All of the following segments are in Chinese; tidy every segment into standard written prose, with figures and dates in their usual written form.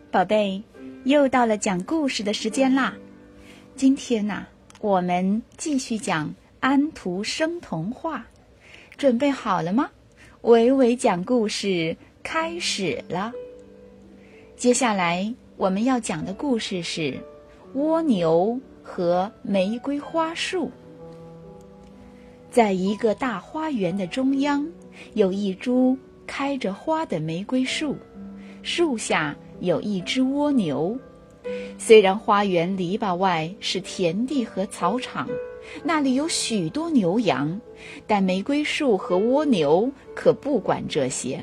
宝贝，又到了讲故事的时间啦。今天我们继续讲安徒生童话，准备好了吗？维维讲故事开始了。接下来我们要讲的故事是蜗牛和玫瑰花树。在一个大花园的中央，有一株开着花的玫瑰树，树下有一只蜗牛。虽然花园篱笆外是田地和草场，那里有许多牛羊，但玫瑰树和蜗牛可不管这些。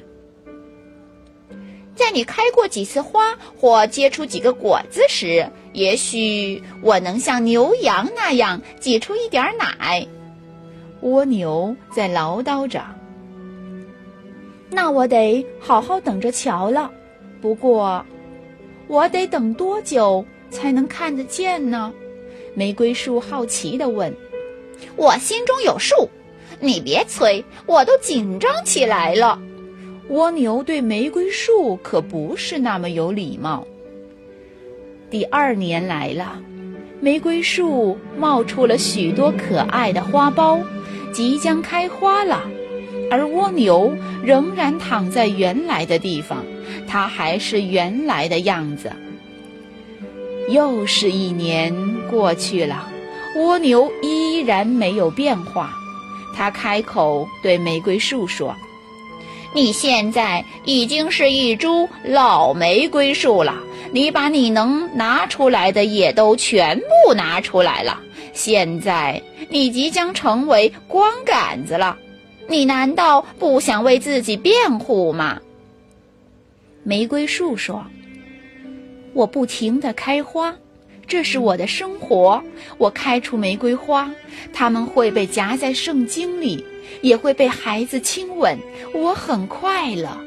在你开过几次花或结出几个果子时，也许我能像牛羊那样挤出一点奶。 蜗牛在唠叨着。那我得好好等着瞧了，不过我得等多久才能看得见呢？玫瑰树好奇地问。 我心中有数，你别催，我都紧张起来了。 蜗牛对玫瑰树可不是那么有礼貌。第2年来了，玫瑰树冒出了许多可爱的花苞，即将开花了，而蜗牛仍然躺在原来的地方，它还是原来的样子。又是1年过去了，蜗牛依然没有变化。它开口对玫瑰树说： 你现在已经是一株老玫瑰树了，你把你能拿出来的也都全部拿出来了，现在你即将成为光杆子了，你难道不想为自己辩护吗？ 玫瑰树说：我不停地开花，这是我的生活。我开出玫瑰花，它们会被夹在圣经里，也会被孩子亲吻，我很快乐。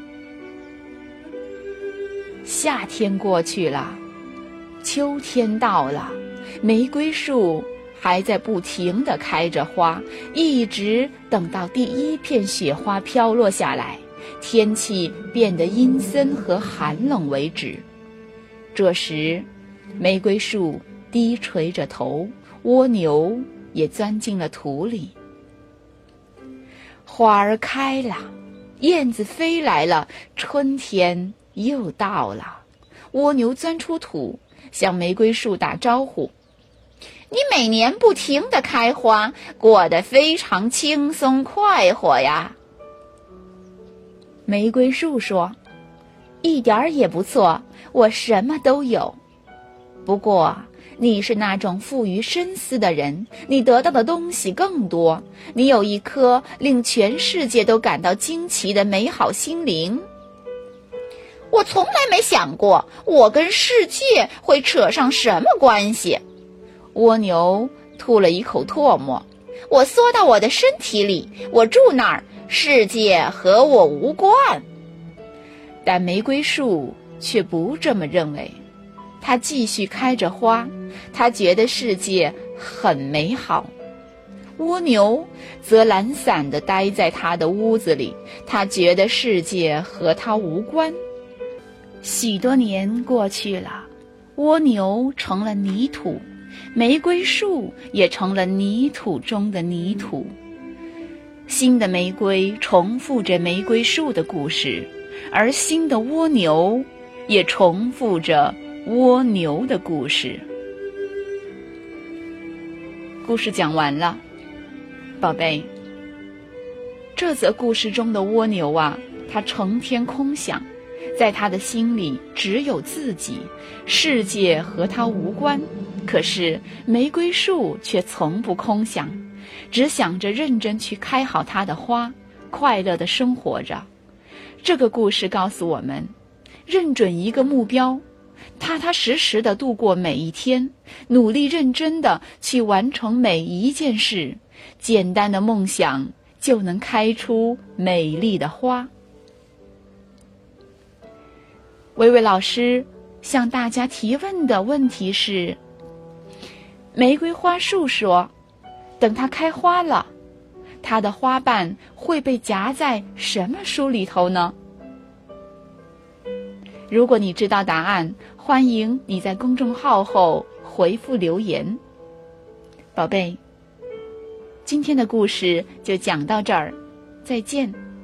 夏天过去了，秋天到了，玫瑰树还在不停地开着花，一直等到第1片雪花飘落下来，天气变得阴森和寒冷为止。这时，玫瑰树低垂着头，蜗牛也钻进了土里。花儿开了，燕子飞来了，春天又到了。蜗牛钻出土，向玫瑰树打招呼： 你每年不停地开花，过得非常轻松快活呀。 玫瑰树说：一点儿也不错，我什么都有。不过你是那种富于深思的人，你得到的东西更多，你有一颗令全世界都感到惊奇的美好心灵。 我从来没想过我跟世界会扯上什么关系。 蜗牛吐了一口唾沫。 我缩到我的身体里，我住那儿，世界和我无关。 但玫瑰树却不这么认为，它继续开着花，它觉得世界很美好。蜗牛则懒散地待在它的屋子里，它觉得世界和它无关。许多年过去了，蜗牛成了泥土，玫瑰树也成了泥土中的泥土。新的玫瑰重复着玫瑰树的故事，而新的蜗牛也重复着蜗牛的故事。故事讲完了，宝贝。这则故事中的蜗牛它成天空想，在他的心里只有自己，世界和他无关。可是玫瑰树却从不空想，只想着认真去开好它的花，快乐地生活着。这个故事告诉我们，认准一个目标，踏踏实实地度过每一天，努力认真地去完成每一件事，简单的梦想就能开出美丽的花。薇薇老师向大家提问的问题是：玫瑰花树说，等它开花了，它的花瓣会被夹在什么书里头呢？ 如果你知道答案，欢迎你在公众号后回复留言。宝贝，今天的故事就讲到这儿，再见。